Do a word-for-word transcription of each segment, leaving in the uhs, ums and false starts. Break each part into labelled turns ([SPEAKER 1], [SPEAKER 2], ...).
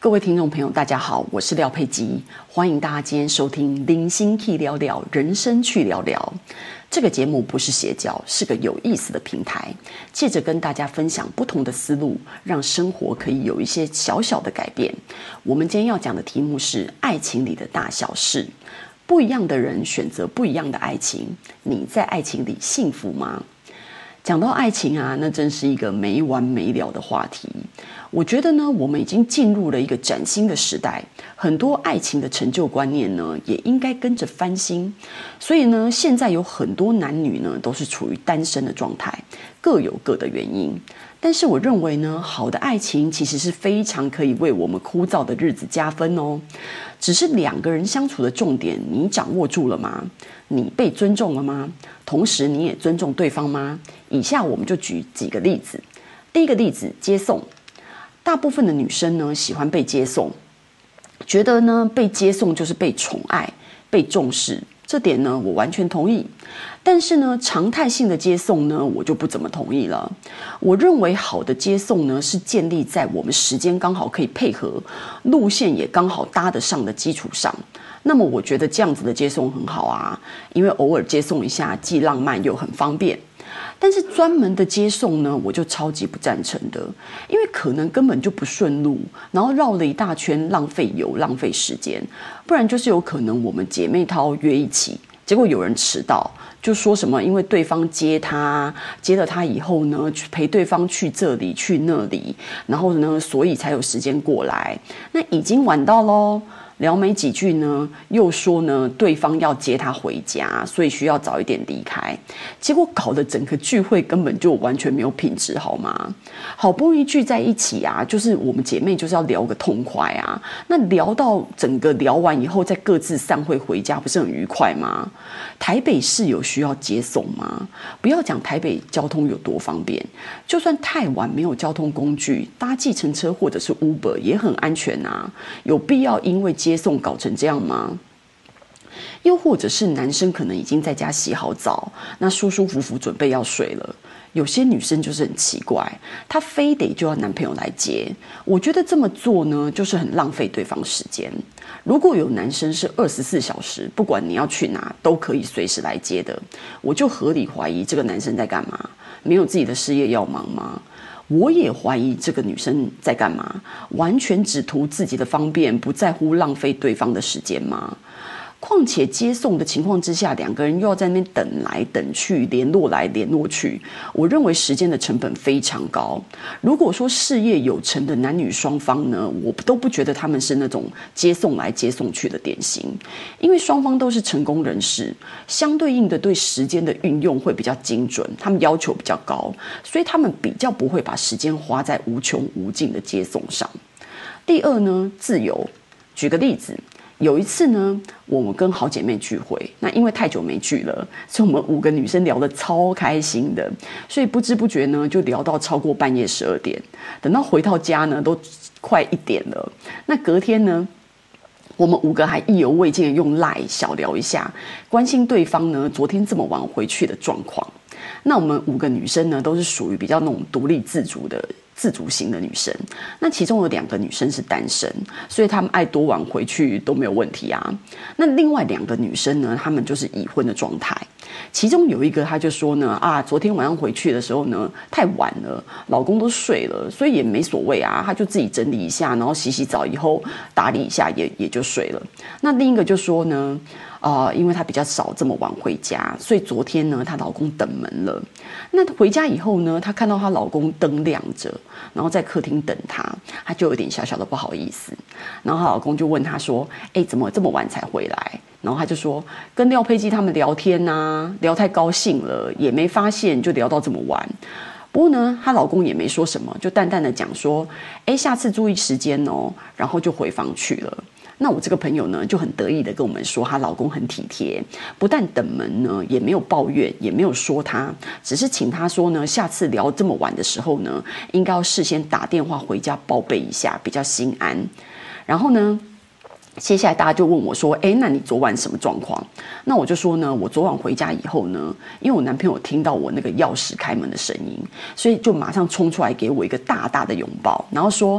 [SPEAKER 1] 各位听众朋友，大家好，我是廖佩吉，欢迎大家今天收听《零星 K 聊聊人生去聊聊》。这个节目不是邪教，是个有意思的平台，借着跟大家分享不同的思路，让生活可以有一些小小的改变。我们今天要讲的题目是爱情里的大小事。不一样的人选择不一样的爱情，你在爱情里幸福吗？讲到爱情啊，那真是一个没完没了的话题。我觉得呢，我们已经进入了一个崭新的时代，很多爱情的成就观念呢，也应该跟着翻新。所以呢，现在有很多男女呢，都是处于单身的状态，各有各的原因。但是我认为呢，好的爱情其实是非常可以为我们枯燥的日子加分哦。只是两个人相处的重点，你掌握住了吗？你被尊重了吗？同时你也尊重对方吗？以下我们就举几个例子。第一个例子，接送。大部分的女生呢，喜欢被接送，觉得呢被接送就是被宠爱、被重视，这点呢我完全同意。但是呢，常态性的接送呢，我就不怎么同意了。我认为好的接送呢，是建立在我们时间刚好可以配合，路线也刚好搭得上的基础上。那么我觉得这样子的接送很好啊，因为偶尔接送一下，既浪漫又很方便。但是专门的接送呢，我就超级不赞成的，因为可能根本就不顺路，然后绕了一大圈，浪费油、浪费时间。不然就是有可能我们姐妹淘约一起，结果有人迟到，就说什么因为对方接他，接了他以后呢，陪对方去这里去那里，然后呢，所以才有时间过来。那已经晚到咯。聊没几句呢，又说呢对方要接他回家，所以需要早一点离开。结果搞得整个聚会根本就完全没有品质，好吗？好不容易聚在一起啊，就是我们姐妹就是要聊个痛快啊。那聊到整个聊完以后，再各自散会回家，不是很愉快吗？台北市有需要接送吗？不要讲台北交通有多方便，就算太晚没有交通工具，搭计程车或者是 Uber 也很安全啊。有必要因为接送搞成这样吗？又或者是男生可能已经在家洗好澡，那舒舒服服准备要睡了。有些女生就是很奇怪，她非得就要男朋友来接。我觉得这么做呢，就是很浪费对方时间。如果有男生是二十四小时，不管你要去哪，都可以随时来接的，我就合理怀疑这个男生在干嘛？没有自己的事业要忙吗？我也怀疑这个女生在干嘛，完全只图自己的方便，不在乎浪费对方的时间吗？况且接送的情况之下，两个人又要在那边等来等去，联络来联络去，我认为时间的成本非常高。如果说事业有成的男女双方呢，我都不觉得他们是那种接送来接送去的典型，因为双方都是成功人士，相对应的对时间的运用会比较精准，他们要求比较高，所以他们比较不会把时间花在无穷无尽的接送上。第二呢，自由。举个例子。有一次呢，我们跟好姐妹聚会，那因为太久没聚了，所以我们五个女生聊得超开心的，所以不知不觉呢，就聊到超过半夜十二点。等到回到家呢，都快一点了。那隔天呢，我们五个还意犹未尽的用 LINE 小聊一下，关心对方呢昨天这么晚回去的状况。那我们五个女生呢，都是属于比较那种独立自主的。自主型的女生，那其中有两个女生是单身，所以她们爱多晚回去都没有问题啊。那另外两个女生呢，她们就是已婚的状态。其中有一个她就说呢，啊，昨天晚上回去的时候呢，太晚了，老公都睡了，所以也没所谓啊，她就自己整理一下，然后洗洗澡以后打理一下也也就睡了。那另一个就说呢，呃，因为她比较少这么晚回家，所以昨天呢，她老公等门了。那回家以后呢，她看到她老公灯亮着。然后在客厅等她，她就有点小小的不好意思。然后她老公就问她说：“哎，怎么这么晚才回来？”然后她就说：“跟廖佩基他们聊天啊，聊太高兴了，也没发现就聊到这么晚。”不过呢，她老公也没说什么，就淡淡的讲说：“哎，下次注意时间哦。”然后就回房去了。那我这个朋友呢，就很得意的跟我们说，她老公很体贴，不但等门呢，也没有抱怨，也没有说她，只是请她说呢，下次聊这么晚的时候呢，应该要事先打电话回家报备一下，比较心安。然后呢，接下来大家就问我说：“哎，那你昨晚什么状况？”那我就说呢，我昨晚回家以后呢，因为我男朋友听到我那个钥匙开门的声音，所以就马上冲出来给我一个大大的拥抱，然后说：“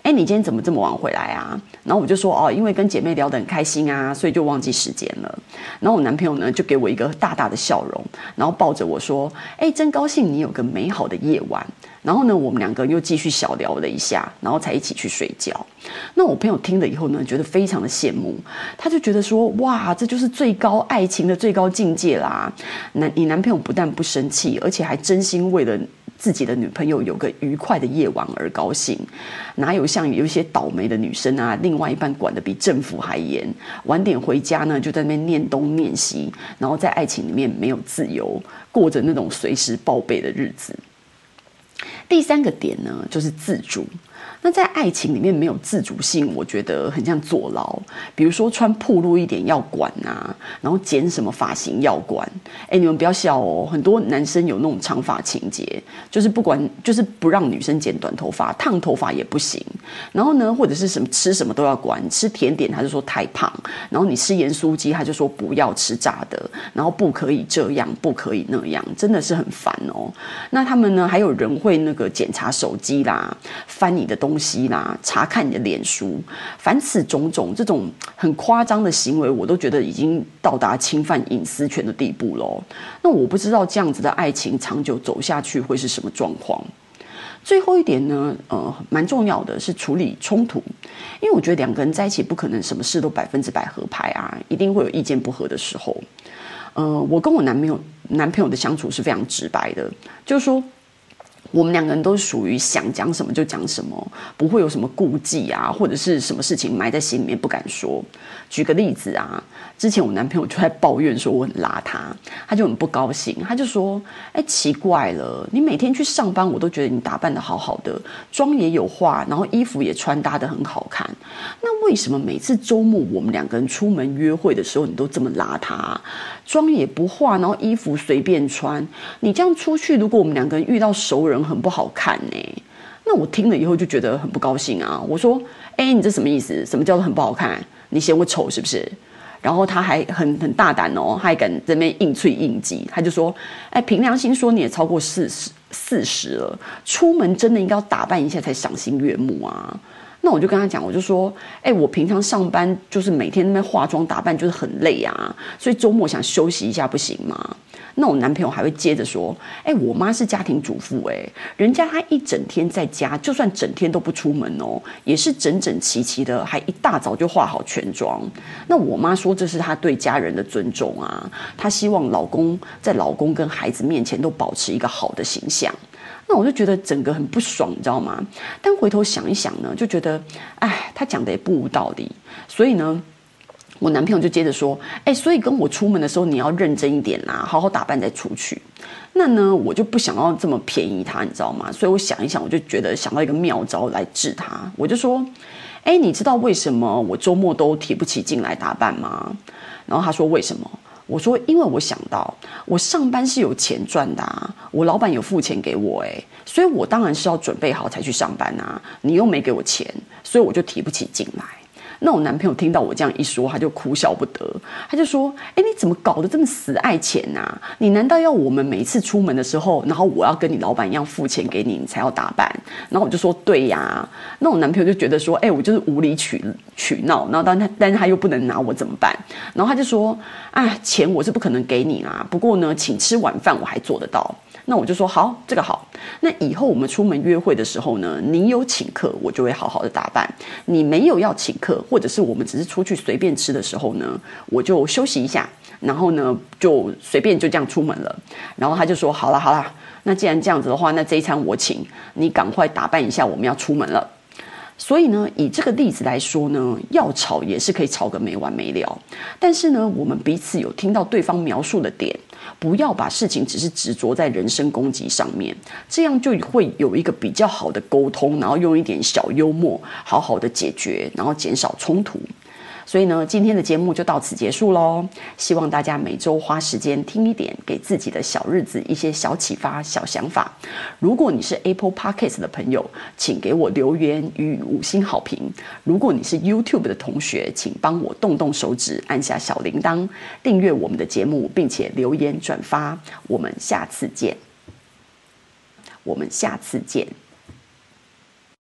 [SPEAKER 1] 哎，你今天怎么这么晚回来啊？然后我就说哦，因为跟姐妹聊得很开心啊，所以就忘记时间了。然后我男朋友呢就给我一个大大的笑容，然后抱着我说，哎，真高兴你有个美好的夜晚。然后呢，我们两个又继续小聊了一下，然后才一起去睡觉。那我朋友听了以后呢，觉得非常的羡慕，他就觉得说，哇，这就是最高爱情的最高境界啦！男，你男朋友不但不生气，而且还真心为了自己的女朋友有个愉快的夜晚而高兴。哪有像有一些倒霉的女生啊，另外一半管得比政府还严，晚点回家呢，就在那边念东念西，然后在爱情里面没有自由，过着那种随时报备的日子。第三个点呢，就是自主。那在爱情里面没有自主性，我觉得很像坐牢。比如说穿暴露一点要管啊，然后剪什么发型要管。哎，你们不要笑哦，很多男生有那种长发情节，就是不管，就是不让女生剪短头发，烫头发也不行。然后呢，或者是什么吃什么都要管，吃甜点他就说太胖，然后你吃盐酥鸡他就说不要吃炸的，然后不可以这样，不可以那样，真的是很烦哦。那他们呢，还有人会那个检查手机啦，翻你的东西。东西啦，查看你的脸书，凡此种种，这种很夸张的行为，我都觉得已经到达侵犯隐私权的地步了。那我不知道这样子的爱情长久走下去会是什么状况。最后一点呢，呃，蛮重要的是处理冲突，因为我觉得两个人在一起不可能什么事都百分之百合拍啊，一定会有意见不合的时候。呃，我跟我男朋友男朋友的相处是非常直白的，就是说。我们两个人都是属于想讲什么就讲什么，不会有什么顾忌啊，或者是什么事情埋在心里面不敢说。举个例子啊，之前我男朋友就在抱怨说我很邋遢，他就很不高兴，他就说：“哎，奇怪了，你每天去上班，我都觉得你打扮得好好的，妆也有化，然后衣服也穿搭得很好看，那为什么每次周末我们两个人出门约会的时候，你都这么邋遢，妆也不化，然后衣服随便穿？你这样出去，如果我们两个人遇到熟人，很不好看呢、欸。”那我听了以后就觉得很不高兴啊！我说：“哎，你这什么意思？什么叫做很不好看？你嫌我丑是不是？”然后他还很很大胆哦，他还敢在那边硬吹硬挤，他就说：“哎，凭良心说，你也超过四十四十了，出门真的应该要打扮一下才赏心悦目啊！”那我就跟他讲，我就说：“哎，我平常上班就是每天那边化妆打扮，就是很累啊，所以周末想休息一下不行吗？”那我男朋友还会接着说：“哎，我妈是家庭主妇，哎，人家她一整天在家，就算整天都不出门哦，也是整整齐齐的，还一大早就化好全妆。那我妈说这是她对家人的尊重啊，她希望老公在老公跟孩子面前都保持一个好的形象。”那我就觉得整个很不爽，你知道吗？但回头想一想呢，就觉得，哎，他讲的也不无道理。所以呢，我男朋友就接着说：“哎，所以跟我出门的时候你要认真一点啦，好好打扮再出去。”那呢，我就不想要这么便宜他，你知道吗？所以我想一想，我就觉得想到一个妙招来治他。我就说：“哎，你知道为什么我周末都提不起劲来打扮吗？”然后他说：“为什么？”我说：“因为我想到我上班是有钱赚的啊，我老板有付钱给我，哎，所以我当然是要准备好才去上班啊。你又没给我钱，所以我就提不起劲来。”那我男朋友听到我这样一说，他就哭笑不得，他就说：“哎，你怎么搞得这么死爱钱啊？你难道要我们每一次出门的时候，然后我要跟你老板一样付钱给你，你才要打扮？”然后我就说：“对呀。”那我男朋友就觉得说：“哎，我就是无理取取闹，然后但他但是他又不能拿我怎么办？”然后他就说：“啊，钱我是不可能给你啦，不过呢，请吃晚饭我还做得到。”那我就说好，这个好。那以后我们出门约会的时候呢，你有请客，我就会好好的打扮；你没有要请客，或者是我们只是出去随便吃的时候呢，我就休息一下，然后呢就随便就这样出门了。然后他就说好啦好啦，那既然这样子的话，那这一餐我请，你赶快打扮一下，我们要出门了。所以呢，以这个例子来说呢，要吵也是可以吵个没完没了。但是呢，我们彼此有听到对方描述的点，不要把事情只是执着在人身攻击上面，这样就会有一个比较好的沟通，然后用一点小幽默，好好的解决，然后减少冲突。所以呢，今天的节目就到此结束咯。希望大家每周花时间听一点，给自己的小日子一些小启发、小想法。如果你是 Apple Podcast 的朋友，请给我留言与五星好评。如果你是 YouTube 的同学，请帮我动动手指，按下小铃铛，订阅我们的节目，并且留言转发。我们下次见。我们下次见。